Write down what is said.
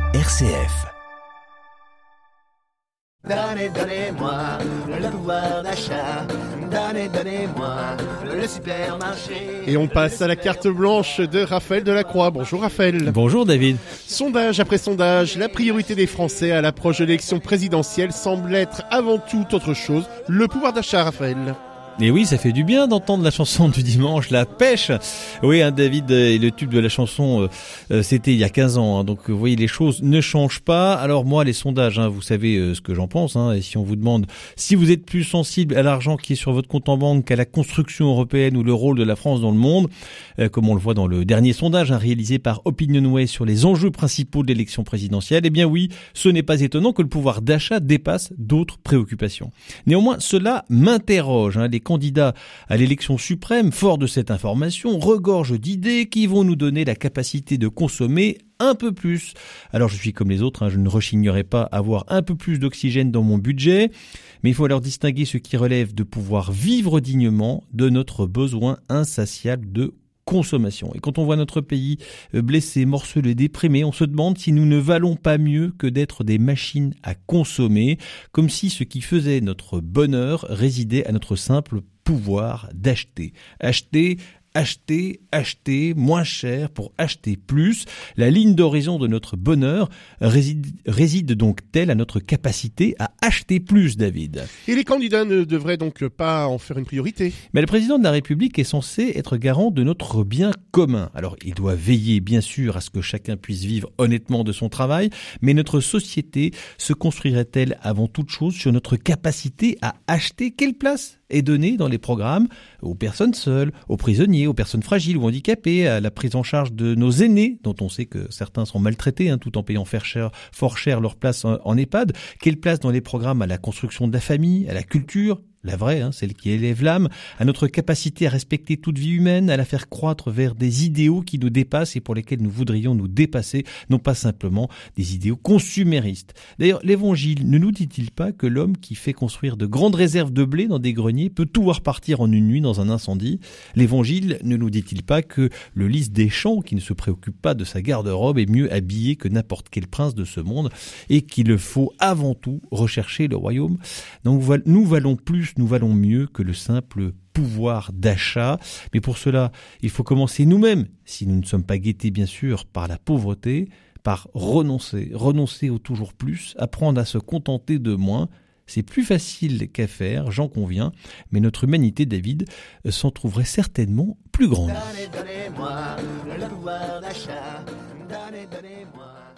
RCF. Donnez-moi le pouvoir d'achat. Donnez-moi le supermarché. Et on passe à la carte blanche de Raphaël Delacroix. Bonjour Raphaël. Bonjour David. Sondage après sondage, la priorité des Français à l'approche de l'élection présidentielle semble être avant toute autre chose le pouvoir d'achat, Raphaël. Et oui, ça fait du bien d'entendre la chanson du dimanche, La Pêche. Oui, David, et le tube de la chanson, c'était il y a 15 ans. Donc, vous voyez, les choses ne changent pas. Alors moi, les sondages, vous savez ce que j'en pense. Et si on vous demande si vous êtes plus sensible à l'argent qui est sur votre compte en banque qu'à la construction européenne ou le rôle de la France dans le monde, comme on le voit dans le dernier sondage réalisé par Opinionway sur les enjeux principaux de l'élection présidentielle, eh bien oui, ce n'est pas étonnant que le pouvoir d'achat dépasse d'autres préoccupations. Néanmoins, cela m'interroge. Les candidats à l'élection suprême, forts de cette information, regorgent d'idées qui vont nous donner la capacité de consommer un peu plus. Alors je suis comme les autres, je ne rechignerai pas à avoir un peu plus d'oxygène dans mon budget, mais il faut alors distinguer ce qui relève de pouvoir vivre dignement de notre besoin insatiable de consommation. Et quand on voit notre pays blessé, morcelé, déprimé, on se demande si nous ne valons pas mieux que d'être des machines à consommer, comme si ce qui faisait notre bonheur résidait à notre simple pouvoir d'acheter. Acheter, moins cher pour acheter plus. La ligne d'horizon de notre bonheur réside donc-t-elle à notre capacité à acheter plus, David? Et les candidats ne devraient donc pas en faire une priorité. Mais le président de la République est censé être garant de notre bien commun. Alors, il doit veiller, bien sûr, à ce que chacun puisse vivre honnêtement de son travail, mais notre société se construirait-elle avant toute chose sur notre capacité à acheter? Quelle place est donnée dans les programmes aux personnes seules, aux prisonniers, aux personnes fragiles ou handicapées, à la prise en charge de nos aînés, dont on sait que certains sont maltraités, tout en payant fort cher leur place en EHPAD. Quelle place dans les programmes à la construction de la famille, à la culture, la vraie, celle qui élève l'âme, à notre capacité à respecter toute vie humaine, à la faire croître vers des idéaux qui nous dépassent et pour lesquels nous voudrions nous dépasser, non pas simplement des idéaux consuméristes. D'ailleurs, l'Évangile ne nous dit-il pas que l'homme qui fait construire de grandes réserves de blé dans des greniers peut tout voir partir en une nuit dans un incendie? L'Évangile ne nous dit-il pas que le lys des champs, qui ne se préoccupe pas de sa garde-robe, est mieux habillé que n'importe quel prince de ce monde et qu'il faut avant tout rechercher le royaume? Donc nous valons mieux que le simple pouvoir d'achat. Mais pour cela, il faut commencer nous-mêmes, si nous ne sommes pas guettés bien sûr par la pauvreté, par renoncer au toujours plus, apprendre à se contenter de moins. C'est plus facile qu'à faire, j'en conviens, mais notre humanité, David, s'en trouverait certainement plus grande. Donnez-moi le pouvoir d'achat. Donnez-moi.